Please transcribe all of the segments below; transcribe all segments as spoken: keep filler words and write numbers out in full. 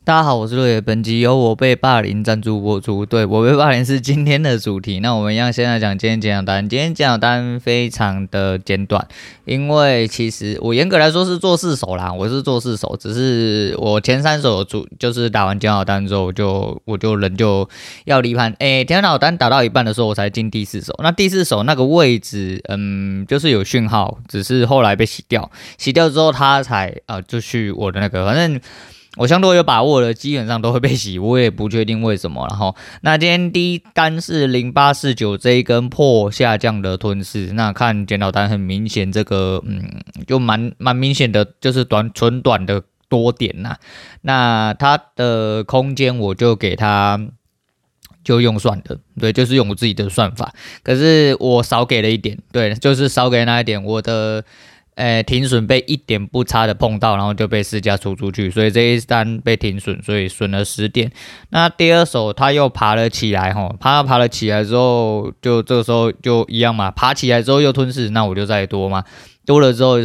大家好，我是瑞野，本集由我被霸凌赞助播出。对，我被霸凌是今天的主题。那我们一样现在讲今天简讲单。今天简讲单非常的简短，因为其实我严格来说是做四手啦，我是做四手，只是我前三手主就是打完简讲单之后，我就我就人就要离盘。诶，简讲单打到一半的时候，我才进第四手。那第四手那个位置，嗯，就是有讯号，只是后来被洗掉，洗掉之后它才啊、呃、就去我的那个，反正。我相对有把握的，基本上都会被洗，我也不确定为什么。然后，那今天第一单是零八四九这一根破下降的吞噬，那看检讨单很明显，这个嗯，就蛮蛮明显的，就是短纯短的多点呐、啊。那它的空间我就给它就用算的，对，就是用我自己的算法。可是我少给了一点，对，就是少给那一点，我的。诶，停损被一点不差的碰到，然后就被市价出出去，所以这一单被停损，所以损了十点。那第二手他又爬了起来，吼，爬爬了起来之后，就这个时候就一样嘛，爬起来之后又吞噬，那我就再多嘛。多了之后就是，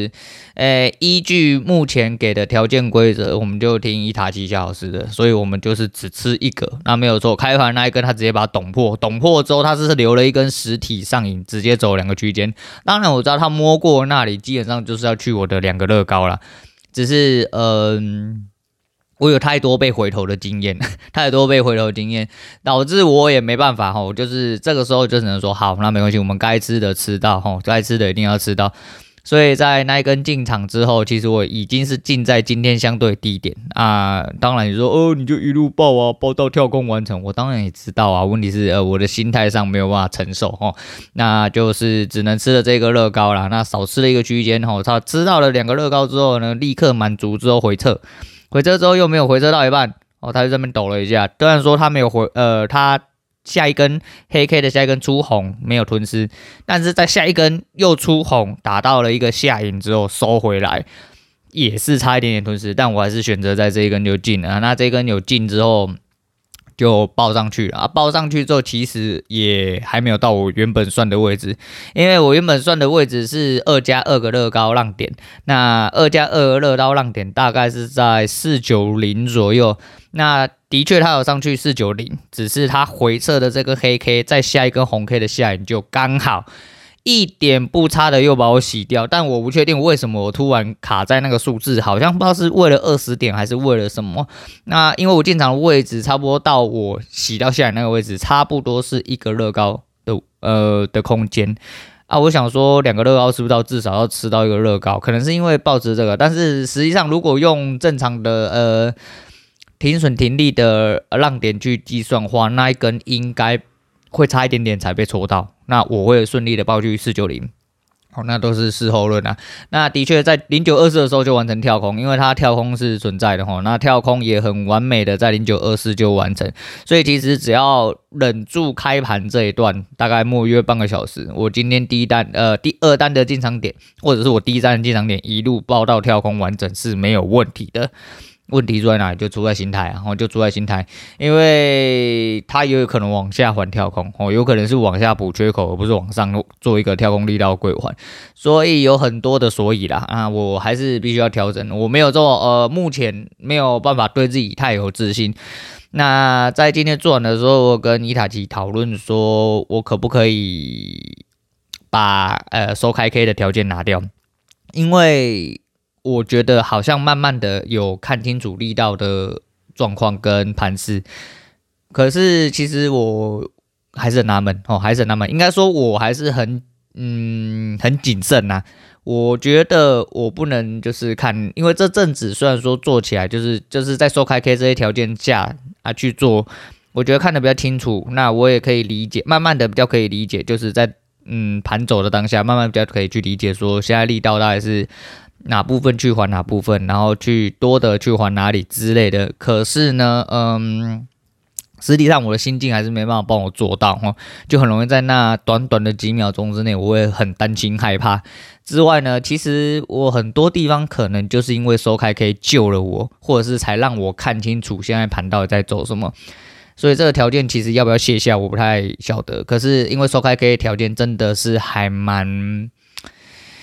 诶，依据目前给的条件规则，我们就听伊塔七小时的，所以我们就是只吃一个，那没有错。开盘那一根他直接把它懂破，懂破之后他是留了一根实体上影，直接走两个区间。当然我知道他摸过那里，基本上就是要去我的两个乐高啦，只是嗯。我有太多被回头的经验，太多被回头的经验，导致我也没办法吼，就是这个时候就只能说好，那没关系，我们该吃的吃到吼，该吃的一定要吃到。所以在那一根进场之后，其实我已经是进在今天相对低点啊。当然你说哦，你就一路爆啊，爆到跳空完成，我当然也知道啊。问题是呃，我的心态上没有办法承受吼，那就是只能吃了这个乐高啦。那少吃了一个区间吼，他吃到了两个乐高之后呢，立刻满足之后回撤。回撤之后又没有回撤到一半，哦，他就这边抖了一下。虽然说他没有回，呃，他下一根黑 K 的下一根出红没有吞噬，但是在下一根又出红，打到了一个下影之后收回来，也是差一点点吞噬，但我还是选择在这一根就进了。那这一根有进之后。就报上去了啊！报上去之后，其实也还没有到我原本算的位置，因为我原本算的位置是二加二个乐高浪点，那二加二个乐高浪点大概是在四九零左右。那的确它有上去四九零，只是它回撤的这个黑 K 在下一根红 K 的下影就刚好。一点不差的又把我洗掉，但我不确定为什么我突然卡在那个数字，好像不知道是为了二十点还是为了什么。那因为我进场的位置差不多到我洗到下来那个位置，差不多是一个乐高的呃的空间啊。我想说两个乐高吃不到，至少要吃到一个乐高，可能是因为抱持这个，但是实际上如果用正常的呃停损停利的浪点去计算的话，那一根应该会差一点点才被戳到。那我会顺利的报去四九零，好，那都是事后论啊。那的确在零九二四的时候就完成跳空，因为它跳空是存在的齁，那跳空也很完美的在零九二四就完成，所以其实只要忍住开盘这一段，大概莫约半个小时，我今天第一单呃第二单的进场点，或者是我第一单的进场点一路报到跳空完整是没有问题的。问题出在哪里？就出在心态，然后就出在心态，因为它也有可能往下还跳空，哦，有可能是往下补缺口，而不是往上做一个跳空力道归还，所以有很多的所以啦啊，我还是必须要调整，我没有做，呃，目前没有办法对自己太有自信。那在今天做完的时候，我跟伊塔奇讨论说，我可不可以把呃收开 K 的条件拿掉，因为。我觉得好像慢慢的有看清楚力道的状况跟盘势，可是其实我还是很纳闷哦，还是很纳闷，应该说我还是很嗯很谨慎呐。我觉得我不能就是看，因为这阵子虽然说做起来就是就是在收开 K 这些条件下啊去做，我觉得看得比较清楚，那我也可以理解，慢慢的比较可以理解，就是在嗯盘走的当下，慢慢比较可以去理解说现在力道大概是。哪部分去还哪部分，然后去多的去还哪里之类的。可是呢，嗯，实际上我的心境还是没办法帮我做到哈，就很容易在那短短的几秒钟之内，我会很担心害怕。之外呢，其实我很多地方可能就是因为收开 K 救了我，或者是才让我看清楚现在盘到底在走什么。所以这个条件其实要不要卸下，我不太晓得。可是因为收开 K 条件真的是还蛮。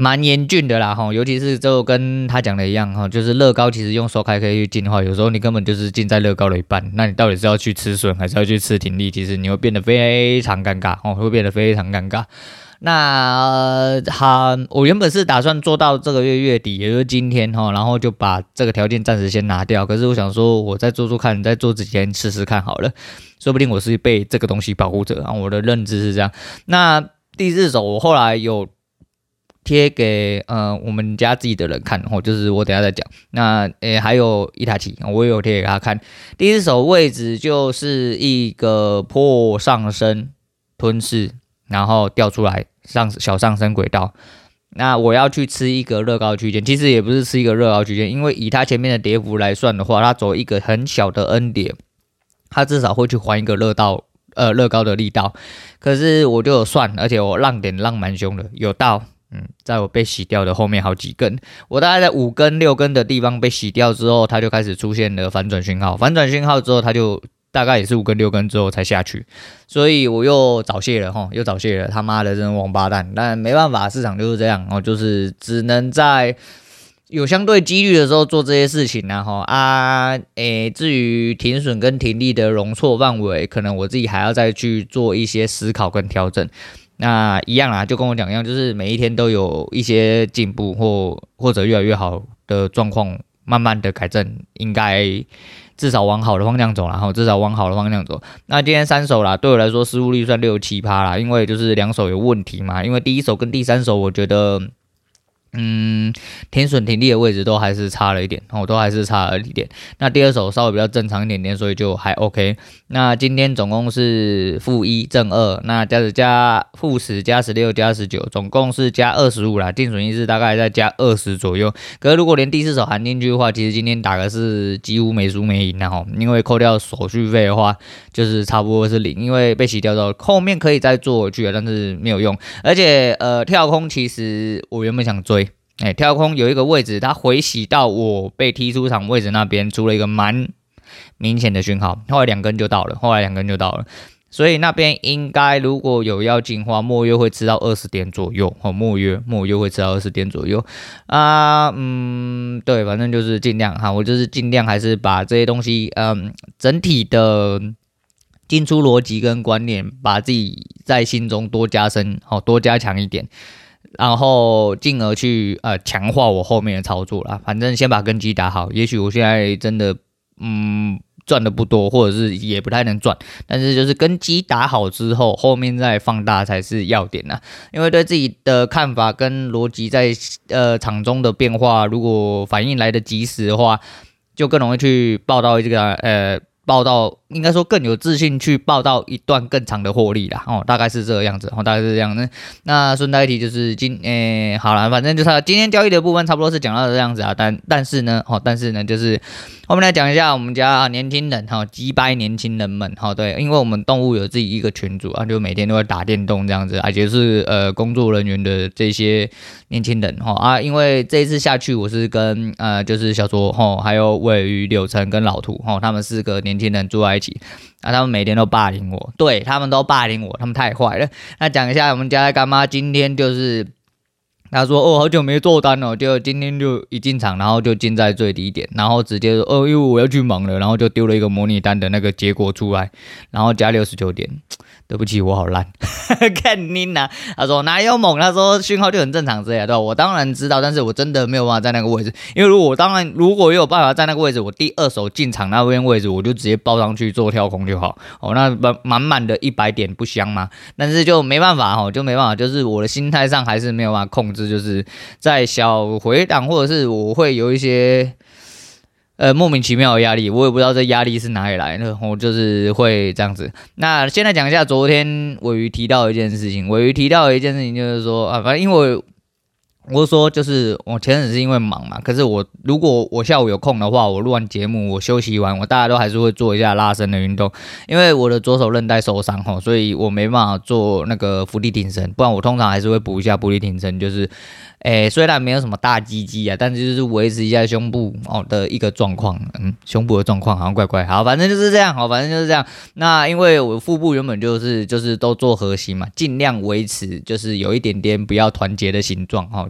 蛮严峻的啦哈，尤其是就跟他讲的一样哈，就是乐高其实用手开可以去进化，有时候你根本就是进在乐高的一半，那你到底是要去吃笋还是要去吃挺力？其实你会变得非常尴尬哦，会变得非常尴尬。那他、呃、我原本是打算做到这个月月底，也就是今天哈，然后就把这个条件暂时先拿掉。可是我想说，我再做做看，再做之前试试看好了，说不定我是被这个东西保护着啊。我的认知是这样。那第四手我后来有贴给呃我们家自己的人看，哦，就是我等一下再讲。那诶还有伊塔奇，我也有贴给他看。第四手位置就是一个破上升吞噬，然后掉出来上小上升轨道。那我要去吃一个乐高区间，其实也不是吃一个乐高区间，因为以它前面的跌幅来算的话，它走一个很小的 N 跌，它至少会去还一个乐道呃乐高的力道。可是我就有算，而且我浪点浪蛮凶的，有到。嗯，在我被洗掉的后面好几根，我大概在五根六根的地方被洗掉之后，它就开始出现了反转讯号。反转讯号之后，它就大概也是五根六根之后才下去，所以我又早泄了齁，又早泄了，他妈的真的王八蛋！但没办法，市场就是这样哦，就是只能在有相对几率的时候做这些事情啊齁啊，诶，至于停损跟停利的容错范围，可能我自己还要再去做一些思考跟调整。那一样啦，就跟我讲一样，就是每一天都有一些进步或或者越来越好的状况，慢慢的改正，应该至少往好的方向走啦，然后至少往好的方向走。那今天三手啦，对我来说失误率算六七趴啦，因为就是两手有问题嘛，因为第一手跟第三手我觉得。嗯，停损停利的位置都还是差了一点，哦，都还是差了一点。那第二手稍微比较正常一点点，所以就还 OK。那今天总共是负一正二，那加十加负十加十六加十九，总共是加二十五啦。净损益是大概在加二十左右。可是如果连第四手含进去的话，其实今天打的是几乎没输没赢的哈，因为扣掉手续费的话，就是差不多是零，因为被洗掉之后，后面可以再做回去，但是没有用。而且呃，跳空其实我原本想追。哎，跳空有一个位置，它回洗到我被踢出场位置那边，出了一个蛮明显的讯号，后来两根就到了，后来两根就到了，所以那边应该如果有要进化，末约会吃到二十点左右，哦，末约末约会吃到二十点左右啊，嗯，对，反正就是尽量哈，我就是尽量还是把这些东西，嗯，整体的进出逻辑跟观念，把自己在心中多加深，好，多加强一点。然后进而去呃强化我后面的操作啦，反正先把根基打好。也许我现在真的嗯赚的不多，或者是也不太能赚，但是就是根基打好之后，后面再放大才是要点啦。因为对自己的看法跟逻辑在呃场中的变化，如果反应来得及时的话，就更容易去报到这个呃。报到应该说更有自信去报到一段更长的获利啦，哦，大概是这个样子，哦，大概是这样子。那顺带一提就是今诶、欸，好了，反正就是今天交易的部分差不多是讲到这样子啊，但但是呢，哦，但是呢，就是我们来讲一下我们家年轻人哈，击败年轻人们，哈，对，因为我们动物有自己一个群组啊，就每天都会打电动这样子，而且是呃工作人员的这些年轻人哈啊，因为这一次下去我是跟呃就是小卓哈，还有尾鱼、柳橙跟老涂哈，他们四个年轻人住在一起。啊，他们每天都霸凌我，对，他们都霸凌我，他们太坏了。那讲一下我们家的干妈，今天就是他说哦，好久没做单了，就今天就一进场，然后就进在最低点，然后直接说哦，因为我要去忙了，然后就丢了一个模拟单的那个结果出来，然后加六十九点。对不起，我好烂，看你呐！他说哪有猛？他说讯号就很正常之类的，对吧？我当然知道，但是我真的没有办法在那个位置，因为如果我当然如果有办法在那个位置，我第二手进场那边位置，我就直接报上去做跳空就好。哦，那满满的一百点不香吗？但是就没办法哦，就没办法，就是我的心态上还是没有办法控制，就是在小回档或者是我会有一些。呃，莫名其妙的压力，我也不知道这压力是哪里来的，我就是会这样子。那现在讲一下昨天尾鱼提到一件事情，尾鱼提到一件事情就是说啊，反正因为我说就是我前阵子是因为忙嘛，可是我如果我下午有空的话，我录完节目，我休息完，我大家都还是会做一下拉伸的运动，因为我的左手韧带受伤吼，所以我没办法做那个伏地挺身，不然我通常还是会补一下伏地挺身，就是。诶，虽然没有什么大鸡鸡啊，但是就是维持一下胸部哦的一个状况，嗯，胸部的状况好像怪怪，好，反正就是这样，好，反正就是这样。那因为我腹部原本就是就是都做核心嘛，尽量维持就是有一点点不要团结的形状，哦，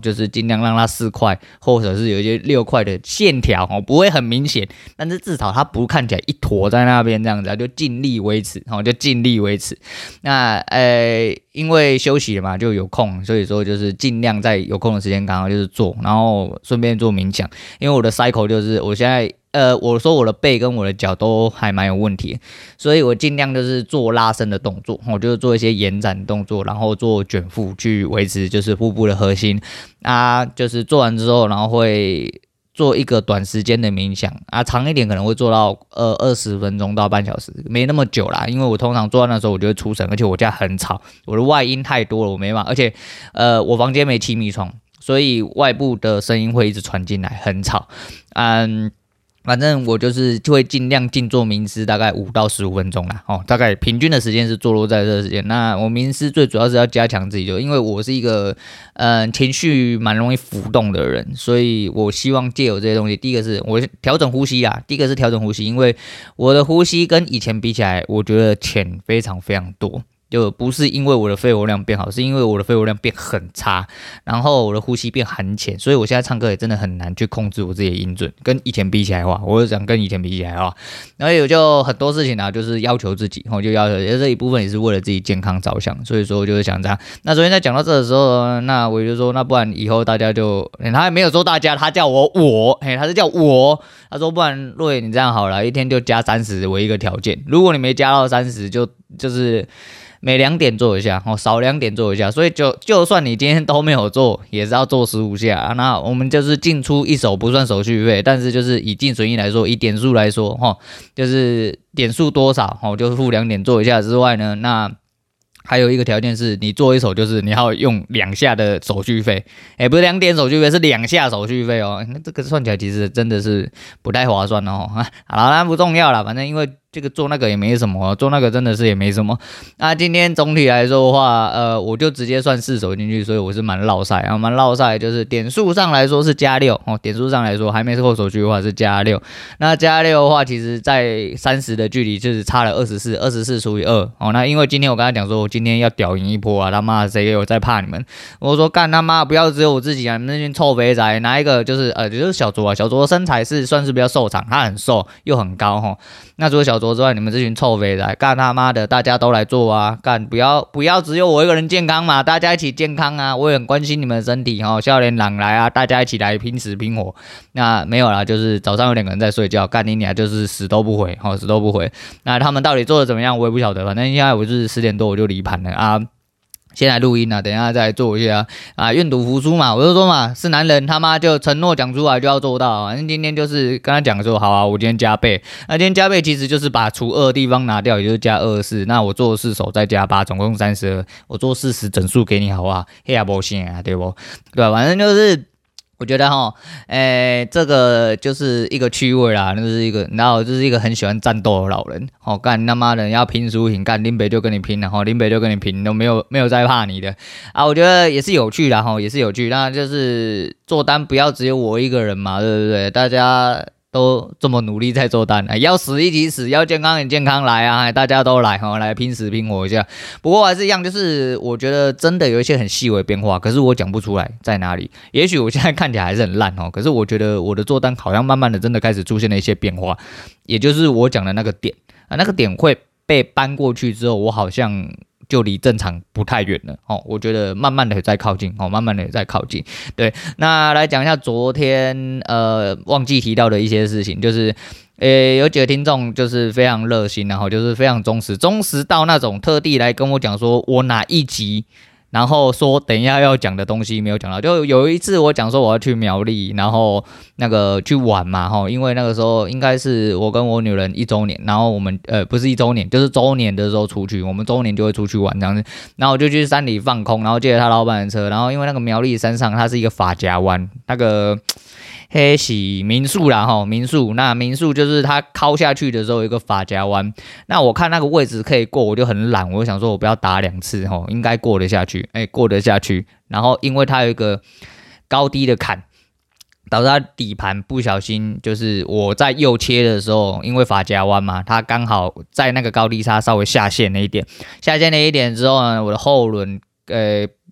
就是尽量让它四块或者是有一些六块的线条哦，不会很明显，但是至少它不看起来一坨在那边这样子，就尽力维持哦，就尽力维持。那呃，因为休息了嘛，就有空，所以说就是尽量在有空的时间刚好就是做，然后顺便做冥想。因为我的 cycle 就是我现在呃，我说我的背跟我的脚都还蛮有问题，所以我尽量就是做拉伸的动作，我就是做一些延展动作，然后做卷腹去维持就是腹部的核心啊，就是做完之后，然后会做一个短时间的冥想啊，长一点可能会做到呃二十分钟到半小时，没那么久啦，因为我通常做完的时候我就会出神，而且我家很吵，我的外音太多了，我没办法，而且呃我房间没气密窗，所以外部的声音会一直传进来，很吵，嗯。反正我就是就会尽量静坐冥思，大概五到十五分钟啦，哦，大概平均的时间是坐落在这个时间。那我冥思最主要是要加强自己，就因为我是一个嗯、呃、情绪蛮容易浮动的人，所以我希望借由这些东西，第一个是我调整呼吸啊，第一个是调整呼吸，因为我的呼吸跟以前比起来，我觉得浅非常非常多。就不是因为我的肺活量变好，是因为我的肺活量变很差，然后我的呼吸变很浅，所以我现在唱歌也真的很难去控制我自己的音准，跟以前比起来的话，我就讲跟以前比起来的话，然后有就很多事情啊，就是要求自己，我就要求，这一部分也是为了自己健康着想，所以说我就是想这样。那昨天在讲到这的时候，那我就说，那不然以后大家就，欸、他也没有说大家，他叫我我，嘿、欸，他是叫我，他说不然若野你这样好了，一天就加三十为一个条件，如果你没加到三十，就就是。每两点做一下，哦，少两点做一下，所以就就算你今天都没有做，也是要做十五下、啊。那我们就是进出一手不算手续费，但是就是以进损益来说，以点数来说，哈，就是点数多少，哦，就是付两点做一下之外呢，那。还有一个条件是你做一手就是你要用两下的手续费，哎，不是两点手续费，是两下手续费哦。那这个算起来其实真的是不太划算哦。啊，好了，那不重要了，反正因为这个做那个也没什么，做那个真的是也没什么。那今天总体来说的话，呃，我就直接算四手进去，所以我是蛮落赛啊，蛮落赛，就是点数上来说是加六哦，点数上来说还没扣手续的话是加六。那加六的话，其实在三十的距离就是差了二十四，二十四除以二哦。那因为今天我跟他讲说，我今天要屌赢一波啊，他妈的谁有在怕你们？我说干他妈不要只有我自己啊，你们那群臭肥仔，拿一个就是呃就是小卓啊，小卓的身材是算是比较瘦长，他很瘦又很高哈。那除了小卓之外，你们这群臭肥仔，干他妈的大家都来做啊，干不要不要只有我一个人健康嘛，大家一起健康啊，我也很关心你们的身体哈，少年郎来啊，大家一起来拼死拼活。那没有啦，就是早上有两个人在睡觉，干你俩就是死都不回，哦死都不回。那他们到底做的怎么样，我也不晓得，反正现在我就是十点多我就离盘了啊。先来录音啊，等一下再做一下啊，愿赌服输嘛，我就说嘛，是男人他妈就承诺讲出来就要做到，反正今天就是跟他讲说，好啊，我今天加倍，那今天加倍其实就是把除二的地方拿掉，也就是加二十四，那我做四手再加八，总共三十二，我做四十整数给你好不好？嘿呀，不行啊，对不？对吧？反正就是。我觉得齁，诶、欸，这个就是一个趣味啦，那是一个，然后就是一个很喜欢战斗的老人，哦，干他妈的要拼输赢，干林北就跟你拼了，吼，林北就跟你拼，都没有没有在怕你的啊，我觉得也是有趣的齁，也是有趣，那就是做单不要只有我一个人嘛，对不对？大家。都这么努力在做单，要死一起死，要健康很健康来啊！大家都来哈，来拼死拼活一下。不过还是一样，就是我觉得真的有一些很细微变化，可是我讲不出来在哪里。也许我现在看起来还是很烂哦，可是我觉得我的做单好像慢慢的真的开始出现了一些变化，也就是我讲的那个点啊，那个点会被搬过去之后，我好像。就离正常不太远了哦，我觉得慢慢的在靠近哦，慢慢的在靠近。对，那来讲一下昨天呃忘记提到的一些事情，就是呃有几个听众就是非常热心，然后就是非常忠实，忠实到那种特地来跟我讲说我哪一集。然后说等一下要讲的东西没有讲到，就有一次我讲说我要去苗栗，然后那个去玩嘛，吼，因为那个时候应该是我跟我女人一周年，然后我们呃不是一周年，就是周年的时候出去，我们周年就会出去玩这样子，然后我就去山里放空，然后借了他老板的车，然后因为那个苗栗山上它是一个法夹湾，那个。黑喜民宿啦齁，民宿那民宿就是它靠下去的时候有一个法夹湾，那我看那个位置可以过，我就很懒，我就想说我不要打两次齁，应该过得下去，哎、欸、过得下去。然后因为它有一个高低的坎，导致它底盘不小心就是我在右切的时候，因为法夹湾嘛，它刚好在那个高低差稍微下陷了一点，下陷了一点之后呢，我的后轮呃。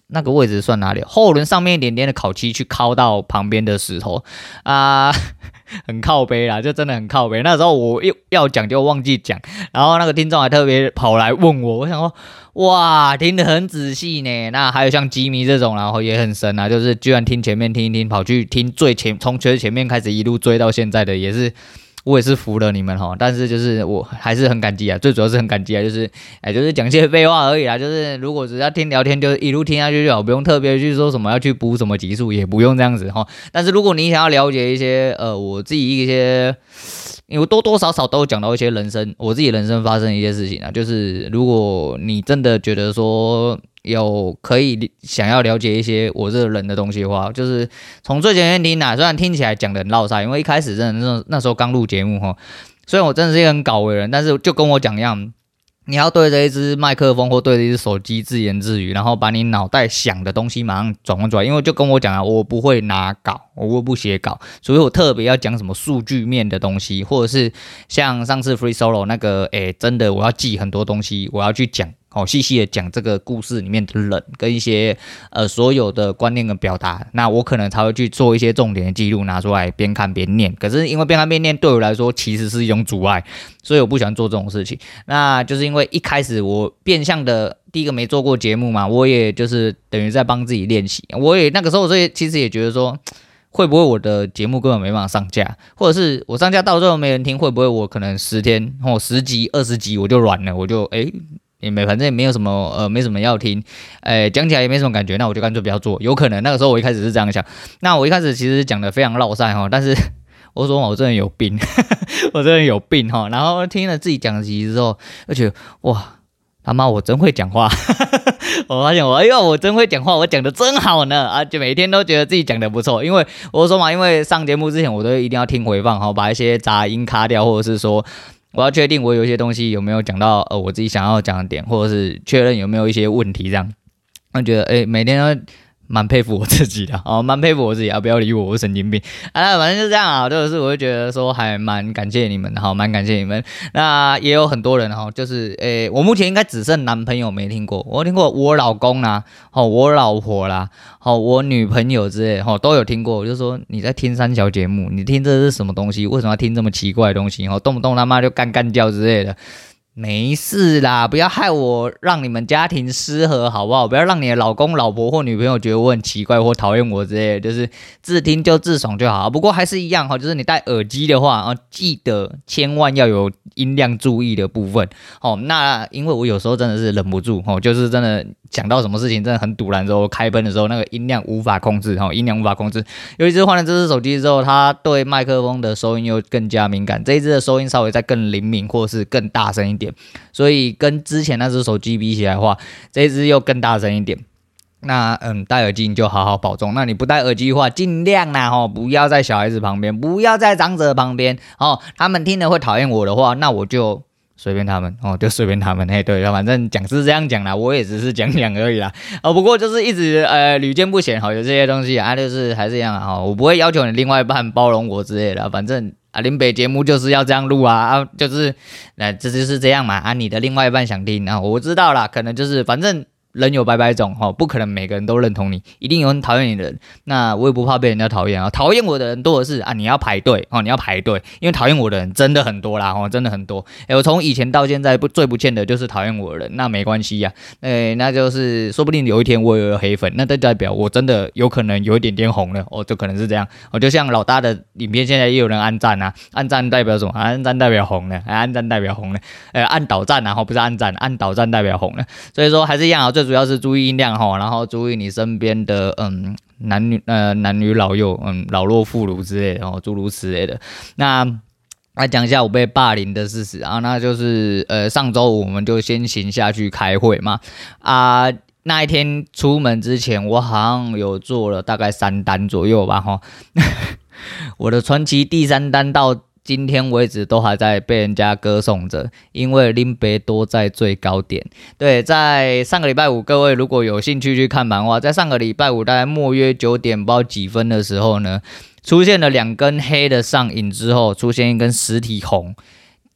那个位置算哪里？后轮上面一点点的烤漆去敲到旁边的石头啊。很靠背啦，就真的很靠背。那时候我又要讲就忘记讲，然后那个听众还特别跑来问我，我想说，哇，听得很仔细呢。那还有像吉米这种，然后也很深啊，就是居然听前面听一听，跑去听最前，从最前面开始一路追到现在的，也是。我也是服了你们哈，但是就是我还是很感激啊，最主要是很感激啊，就是哎，就是讲些废话而已啦，就是如果只要听聊天，就一路听下去就好，不用特别去说什么要去补什么集数，也不用这样子哈。但是如果你想要了解一些呃我自己一些，因为多多少少都有讲到一些人生，我自己人生发生的一些事情啊，就是如果你真的觉得说。有可以想要了解一些我这个人的东西的话，就是从最前面听啊，虽然听起来讲的很绕塞，因为一开始真的那那时候刚录节目哈，虽然我真的是一个很搞为人，但是就跟我讲一样，你要对着一支麦克风或对着一支手机自言自语，然后把你脑袋想的东西马上转换出来，因为就跟我讲啊，我不会拿稿，我不写稿，所以我特别要讲什么数据面的东西，或者是像上次 Free Solo 那个，诶，真的我要记很多东西，我要去讲。好，细细的讲这个故事里面的人跟一些呃所有的观念跟表达，那我可能才会去做一些重点的记录拿出来边看边念。可是因为边看边念对我来说其实是一种阻碍，所以我不喜欢做这种事情。那就是因为一开始我变相的第一个没做过节目嘛，我也就是等于在帮自己练习。我也那个时候所以其实也觉得说。会不会我的节目根本没办法上架，或者是我上架到最后没人听，会不会我可能十天或十集、二十集我就软了，我就诶。也没，反正也没有什么，呃，没什么要听，诶，讲起来也没什么感觉，那我就干脆不要做。有可能那个时候我一开始是这样想，那我一开始其实讲的非常绕塞哈，但是我说我真的有病，我真的有病哈。然后听了自己讲的几集之后，就觉得哇，他妈我真会讲话，我发现我哎呦我真会讲话，我讲的真好呢啊，就每天都觉得自己讲的不错，因为我说嘛，因为上节目之前我都一定要听回放哈，把一些杂音卡掉，或者是说。我要确定我有一些东西有没有讲到呃我自己想要讲的点，或者是确认有没有一些问题这样。我觉得诶每天都蛮佩服我自己的哦，蛮佩服我自己啊！不要理我，我是神经病啊！反正就这样啊，就是我就觉得说还蛮感谢你们的哈，蛮感谢你们。那也有很多人哈，就是诶，我目前应该只剩男朋友没听过，我听过我老公啦，哦，我老婆啦，哦，我女朋友之类哈都有听过。我就说你在听三小节目，你听这是什么东西？为什么要听这么奇怪的东西？哦，动不动他妈就干干叫之类的。没事啦，不要害我让你们家庭失和好不好？不要让你的老公、老婆或女朋友觉得我很奇怪或讨厌我之类的，就是自听就自爽就好。不过还是一样哈，就是你戴耳机的话，记得千万要有音量注意的部分。哦，那因为我有时候真的是忍不住，哦，就是真的讲到什么事情真的很堵然之后，开喷的时候那个音量无法控制，哦，音量无法控制。尤其是换了这只手机之后，它对麦克风的收音又更加敏感，这一只的收音稍微再更灵敏或是更大声一点。所以跟之前那只手机比起来的话，这一只又更大声一点。那嗯，戴耳机你就好好保重。那你不戴耳机的话，尽量啦吼，不要在小孩子旁边，不要在长者旁边哦。他们听了会讨厌我的话，那我就随便他们哦，就随便他们。嘿，对，反正讲是这样讲啦，我也只是讲讲而已啦。哦，不过就是一直呃屡见不鲜哈，有这些东西啊，就是还是一样啊。哦，我不会要求你另外一半包容我之类的，反正。啊，林北节目就是要这样录啊，啊，就是，那、呃、这就是这样嘛，啊，你的另外一半想听啊，我知道啦，可能就是反正人有百百种哈，不可能每个人都认同你，一定有很讨厌你的人。那我也不怕被人家讨厌啊，讨厌我的人多的是啊，你要排队哦，你要排队，因为讨厌我的人真的很多啦哦，真的很多。哎，我从以前到现在不最不欠的就是讨厌我的人，那没关系呀、啊，哎，那就是说不定有一天我也有黑粉，那代表我真的有可能有一点点红了哦，就可能是这样。哦，就像老大的影片现在也有人按赞啊，按赞代表什么？按赞代表红了，按赞代表红了，呃，按导赞啊，不是按赞，按导赞代表红了。所以说还是一样啊，最主要是注意音量哈，然后注意你身边的嗯男女呃男女老幼嗯老弱妇孺之类的哦，诸如此类的。那来讲一下我被霸凌的事实啊，那就是呃上周五我们就先行下去开会嘛啊。那一天出门之前，我好像有做了大概三单左右吧哈。我的传奇第三单到今天为止都还在被人家歌颂着，因为林北多在最高点。对，在上个礼拜五，各位如果有兴趣去看漫画，在上个礼拜五大概末约九点不知道几分的时候呢，出现了两根黑的上影之后，出现一根实体红。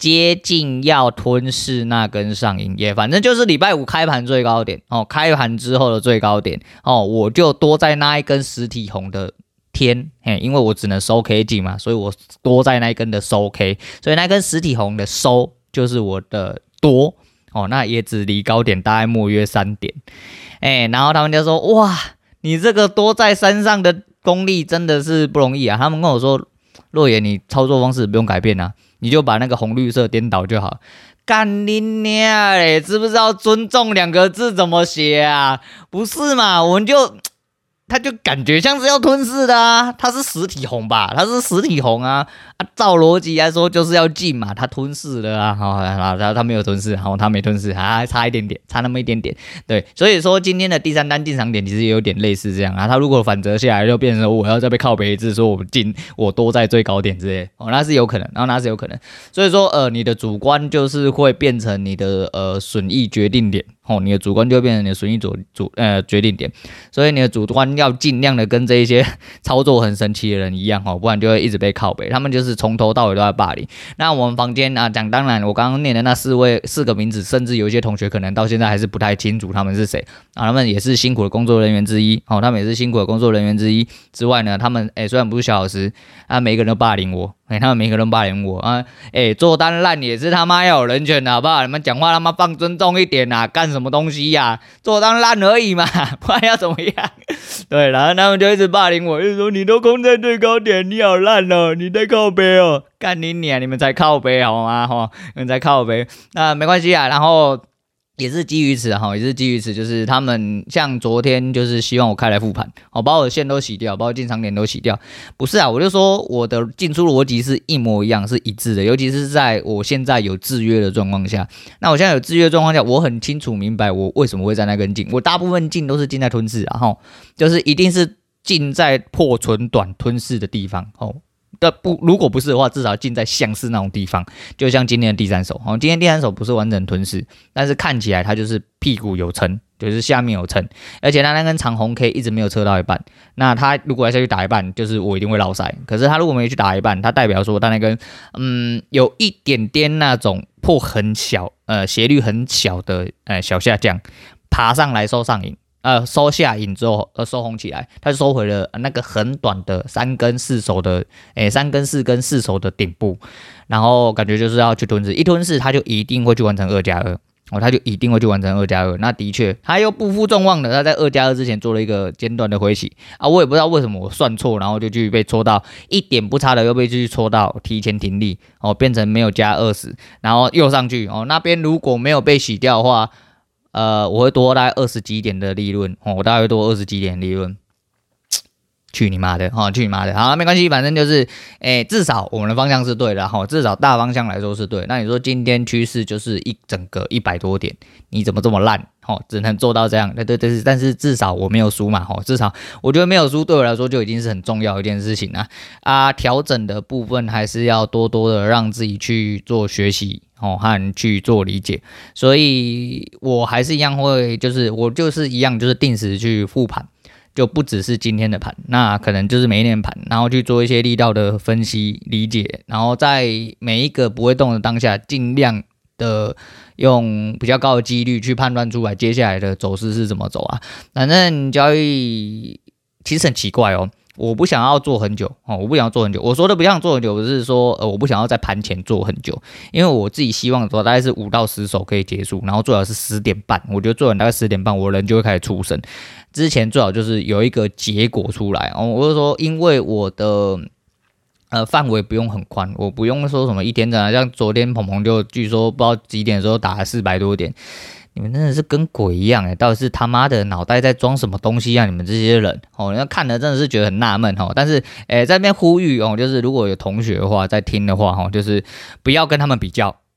接近要吞噬那根上影叶，反正就是礼拜五开盘最高点哦，开盘之后的最高点哦，我就多在那一根实体红的天，嘿，因为我只能收 K 进嘛，所以我多在那一根的收 K， 所以那根实体红的收就是我的多哦，那也只离高点大概莫约三点，哎，然后他们就说哇，你这个多在山上的功力真的是不容易啊，他们跟我说若野你操作方式不用改变啊，你就把那个红绿色颠倒就好。干你娘嘞！知不知道尊重两个字怎么写啊？不是嘛？我们就，他就感觉像是要吞噬的啊。它是实体红吧？它是实体红啊。啊，照逻辑来说就是要进嘛，它吞噬了啊。好，好，他他没有吞噬，好，他没吞噬，还差一点点，差那么一点点。对，所以说今天的第三单进场点其实也有点类似这样啊。他如果反折下来，就变成我要再被靠北一次，说我进我多在最高点之类，哦，那是有可能，然后那是有可能。所以说，呃，你的主观就是会变成你的呃损益决定点，哦，你的主观就会变成你的损益主主呃决定点。所以你的主观要尽量的跟这一些操作很神奇的人一样，哦，不然就会一直被靠北。他们就是从头到尾都在霸凌。那我们房间啊，讲当然，我刚刚念的那四位四个名字，甚至有一些同学可能到现在还是不太清楚他们是谁啊。他们也是辛苦的工作人员之一，哦，他们也是辛苦的工作人员之一。之外呢，他们哎、欸、虽然不是小老师啊，每一个人都霸凌我，哎、欸，他们每一个人都霸凌我啊，哎、欸，做单烂也是他妈要有人权的好不好？你们讲话他妈放尊重一点啊，干什么东西呀、啊？做单烂而已嘛，不然要怎么样？对，然后他们就一直霸凌我，一直说你都攻在最高点，你好烂哦，你在靠北哦，干你娘，你们才靠北好吗？哈，你们才靠北，那没关系啊，然后。也是基于此哈，也是基于此，就是他们像昨天就是希望我开来复盘，哦，把我的线都洗掉，把我进场点都洗掉。不是啊，我就说我的进出逻辑是一模一样，是一致的，尤其是在我现在有制约的状况下。那我现在有制约的状况下，我很清楚明白我为什么会在那根进，我大部分进都是进在吞噬啊，哈，就是一定是进在破存短吞噬的地方，哦。的不，如果不是的话，至少进在像是那种地方，就像今天的第三手，哦，今天第三手不是完整吞噬，但是看起来它就是屁股有撑，就是下面有撑，而且它那根长红 K 一直没有测到一半，那它如果要下去打一半，就是我一定会落塞，可是它如果没去打一半，它代表说它那根嗯有一点点那种破很小，呃斜率很小的呃小下降，爬上来收上影。呃，收下影之后，呃，收红起来，它就收回了那个很短的三根四手的，诶，三根四根四手的顶部，然后感觉就是要去吞噬，一吞噬它就一定会去完成二加二，哦，它就一定会去完成二加二。那的确，他又不负众望的，他在二加二之前做了一个间断的回洗啊，我也不知道为什么我算错，然后就去被戳到一点不差的，又被去戳到提前停利，哦，变成没有加二十，然后又上去，哦，那边如果没有被洗掉的话。呃，我会多大概二十几点的利润，哦，我大概会多二十几点的利润，去你妈的，哦，去你妈的，好，没关系，反正就是，诶，至少我们的方向是对的，哈，至少大方向来说是对。那你说今天趋势就是一整个一百多点，你怎么这么烂？哦，只能做到这样，对对对，但是至少我没有输嘛，哦，至少我觉得没有输对我来说就已经是很重要的一件事情啊。啊，调整的部分还是要多多的让自己去做学习。哦，和去做理解，所以我还是一样会，就是我就是一样，就是定时去复盘，就不只是今天的盘，那可能就是每一天的盘，然后去做一些力道的分析理解，然后在每一个不会动的当下，尽量的用比较高的几率去判断出来接下来的走势是怎么走啊。反正交易其实很奇怪哦。我不想要做很久哦，我不想要做很久。我说的不想做很久，不是说呃我不想要在盘前做很久，因为我自己希望说大概是五到十手可以结束，然后最好是十点半。我觉得做完大概十点半，我人就会开始出神。之前最好就是有一个结果出来哦。我就说，因为我的呃范围不用很宽，我不用说什么一天的，像昨天鹏鹏就据说不知道几点的时候打了四百多点。你们真的是跟鬼一样哎！到底是他妈的脑袋在装什么东西啊？你们这些人哦，那看了真的是觉得很纳闷哦。但是诶，在那边呼吁哦，就是如果有同学的话在听的话哈，就是不要跟他们比较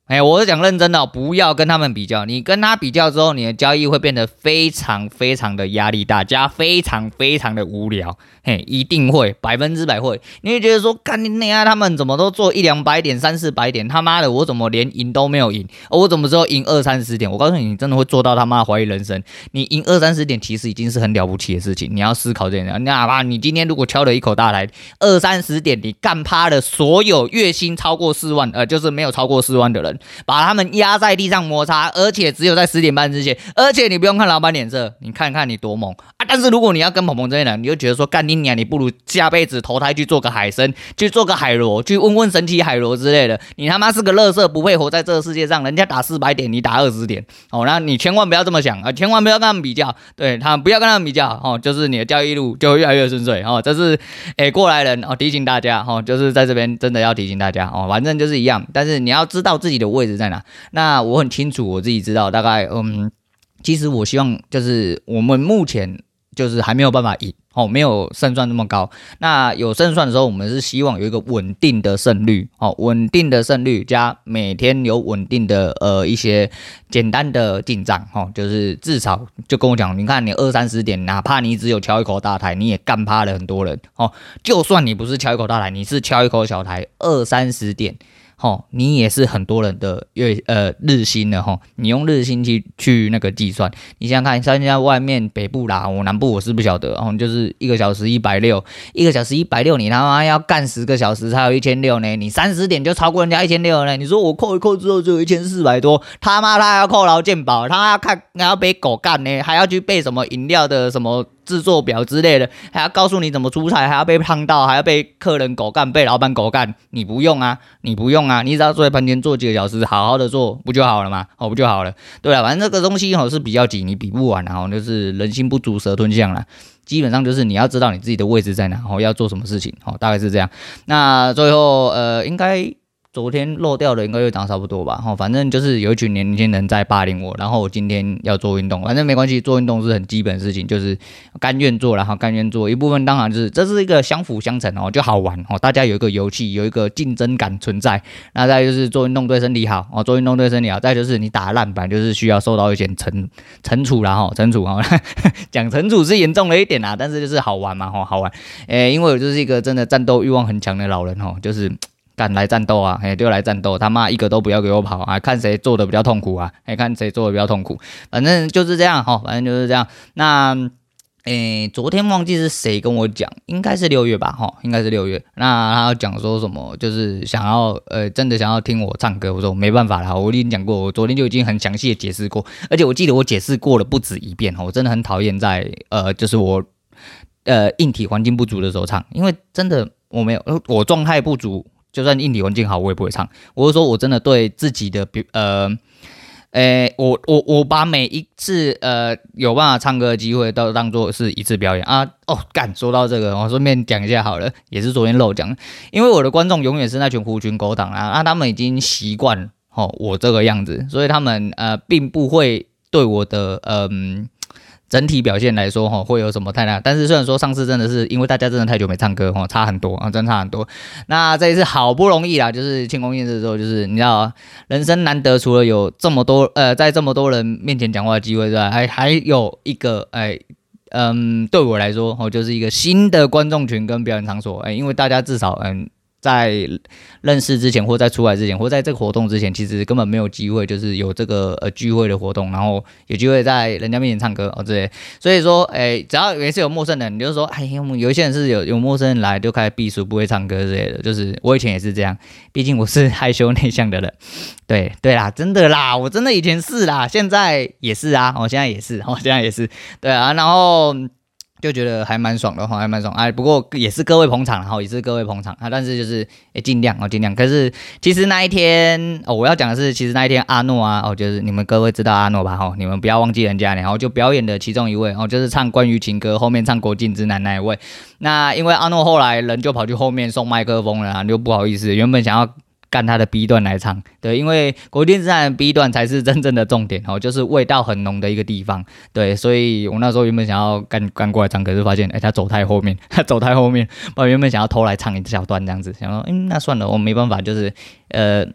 哎，我是讲认真的、哦，不要跟他们比较。你跟他比较之后，你的交易会变得非常非常的压力大，加非常非常的无聊。嘿，一定会，百分之百会。你会觉得说，干你那啊，他们怎么都做一两百点、三四百点，他妈的，我怎么连赢都没有赢？我怎么只有赢二三十点？我告诉你，你真的会做到他妈怀疑人生。你赢二三十点，其实已经是很了不起的事情。你要思考这点，哪怕你今天如果敲了一口大台，二三十点，你干趴了所有月薪超过四万，呃，就是没有超过四万的人。把他们压在地上摩擦，而且只有在十点半之前，而且你不用看老板脸色，你看看你多猛啊！但是如果你要跟鹏鹏这些人，你就觉得说干你娘，你不如下辈子投胎去做个海参，去做个海螺，去问问神奇海螺之类的。你他妈是个垃圾，不配活在这个世界上。人家打四百点，你打二十点，哦，那你千万不要这么想啊，千万不要跟他们比较，对他们不要跟他们比较，哦，就是你的交易路就会越来越顺遂，哦，这是诶过来人哦提醒大家，哦，就是在这边真的要提醒大家，哦，反正就是一样，但是你要知道自己的位置在哪。那我很清楚，我自己知道，大概嗯，其实我希望就是我们目前就是还没有办法赢哦，没有胜算那么高。那有胜算的时候，我们是希望有一个稳定的胜率哦，稳定的胜率加每天有稳定的呃一些简单的进账哦，就是至少就跟我讲，你看你二三十点，哪怕你只有敲一口大台，你也干趴了很多人哦。就算你不是敲一口大台，你是敲一口小台，二三十点。吼，你也是很多人的月呃日薪了吼，你用日薪去去那个计算，你想想看，现在外面北部啦，我南部我是不晓得，哦，就是一个小时一百六，一个小时一百六，你他妈要干十个小时才有一千六呢，你三十点就超过人家一千六呢，你说我扣一扣之后只有一千四百多，他妈他还要扣劳健保，他还要看还要被狗干呢，还要去背什么饮料的什么制作表之类的，还要告诉你怎么出菜，还要被烫到，还要被客人狗干，被老板狗干，你不用啊，你不用啊，你只要坐在盘前做几个小时，好好的做不就好了嘛？哦，不就好了？对了，反正这个东西哦是比较急，你比不完啊，就是人心不足蛇吞象啦。基本上就是你要知道你自己的位置在哪，哦，要做什么事情，哦，大概是这样。那最后呃，应该。昨天漏掉的应该又涨差不多吧，哦，反正就是有一群年轻人在霸凌我，然后我今天要做运动，反正没关系，做运动是很基本的事情，就是甘愿做，然后甘愿做，一部分当然就是这是一个相辅相成哦，就好玩哦，大家有一个游戏，有一个竞争感存在，那再就是做运动对身体好哦，做运动对身体好，再就是你打烂板就是需要受到一些惩惩处啦哈，惩处哈，讲惩处是严重了一点啦，但是就是好玩嘛哈，好玩，诶，因为我就是一个真的战斗欲望很强的老人哦，就是。干来战斗啊！哎，就来战斗！他妈一个都不要给我跑啊！看谁做的比较痛苦啊！哎，看谁做的比较痛苦。反正就是这样哈，反正就是这样。那，诶，昨天忘记是谁跟我讲，应该是六月吧？哈，应该是六月。那他讲说什么？就是想要呃，真的想要听我唱歌。我说没办法啦，我已经讲过，我昨天就已经很详细的解释过，而且我记得我解释过了不止一遍。我真的很讨厌在呃，就是我呃硬体环境不足的时候唱，因为真的我没有，我状态不足。就算硬体环境好，我也不会唱。我是说，我真的对自己的呃，诶、欸，我我我把每一次呃有办法唱歌的机会都当做是一次表演啊。哦，干，说到这个，我顺便讲一下好了，也是昨天漏讲，因为我的观众永远是那群狐群狗党啊，那他们已经习惯哦我这个样子，所以他们呃并不会对我的嗯。呃整体表现来说，哈，会有什么太大？但是虽然说上次真的是因为大家真的太久没唱歌，哈，差很多啊，真的差很多。那这一次好不容易啦，就是庆功宴的时候，就是你知道，人生难得，除了有这么多呃，在这么多人面前讲话的机会之外，还还有一个哎。嗯，对我来说，哦，就是一个新的观众群跟表演场所，哎，因为大家至少嗯。在认识之前，或在出来之前，或在这个活动之前，其实根本没有机会，就是有这个呃聚会的活动，然后有机会在人家面前唱歌哦，对。所以说，哎，只要每次有陌生人，你就说，哎，有一些人是有有陌生人来就开始避暑，不会唱歌之类的。就是我以前也是这样，毕竟我是害羞内向的人。对对啦，真的啦，我真的以前是啦，现在也是啊，我、哦、现在也是，我、哦、现在也是，对啊，然后。就觉得还蛮爽的哈，还蛮爽哎。不过也是各位捧场，然后也是各位捧场啊。但是就是诶尽量哦，尽量。可是其实那一天哦，我要讲的是，其实那一天阿诺啊，哦，就是你们各位知道阿诺吧？哈，你们不要忘记人家，然后就表演的其中一位哦，就是唱关于情歌，后面唱国境之南那一位。那因为阿诺后来人就跑去后面送麦克风了啊，就不好意思，原本想要。干他的 B 段来唱，对，因为国境之南的 B 段才是真正的重点哦，就是味道很浓的一个地方，对，所以我那时候原本想要干干过来唱，可是发现，哎，他走太后面，他走太后面，我原本想要偷来唱一小段这样子，想说，嗯，那算了，我没办法，就是呃。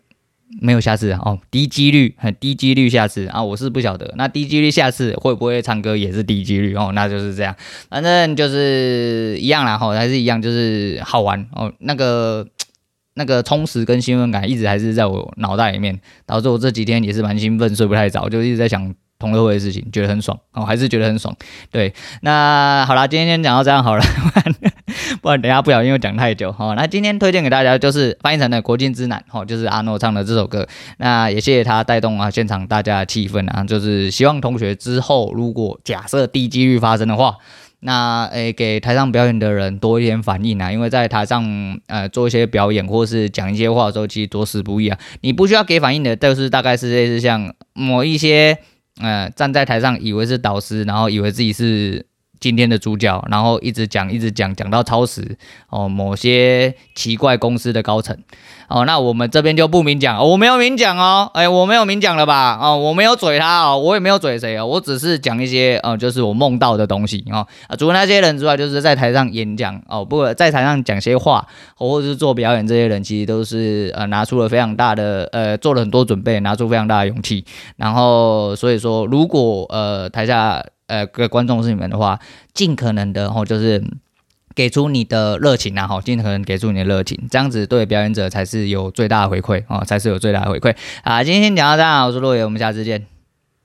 没有下次哦，低几率，很低几率下次啊，我是不晓得。那低几率下次会不会唱歌也是低几率哦，那就是这样，反正就是一样啦哈，还是一样，就是好玩哦。那个那个充实跟兴奋感一直还是在我脑袋里面，导致我这几天也是蛮兴奋，睡不太着，就一直在想同乐会的事情，觉得很爽哦，还是觉得很爽。对，那好啦，今天先讲到这样好了，不然等一下不小心又讲太久哦。那今天推荐给大家就是翻译成的《国境之南》哦，就是阿诺唱的这首歌。那也谢谢他带动啊现场大家的气氛啊，就是希望同学之后如果假设低几率发生的话。那诶，给台上表演的人多一点反应啊，因为在台上呃做一些表演或是讲一些话的时候，其实着实不易啊。你不需要给反应的，就是大概是类似像某一些呃站在台上以为是导师，然后以为自己是今天的主角，然后一直讲一直讲讲到超时哦，某些奇怪公司的高层哦，那我们这边就不明讲、哦，我没有明讲哦，哎，我没有明讲了吧？哦，我没有嘴他哦，我也没有嘴谁哦，我只是讲一些呃，就是我梦到的东西哦。啊，除了那些人之外，就是在台上演讲哦，不在台上讲些话，或者是做表演，这些人其实都是呃拿出了非常大的呃做了很多准备，拿出非常大的勇气，然后所以说，如果呃台下呃各位观众是你们的话，尽可能的哦，就是给出你的热情啊，好，尽可能给出你的热情，这样子对表演者才是有最大的回馈哦，才是有最大的回馈啊。今天先讲到这样，我是洛野，我们下次见。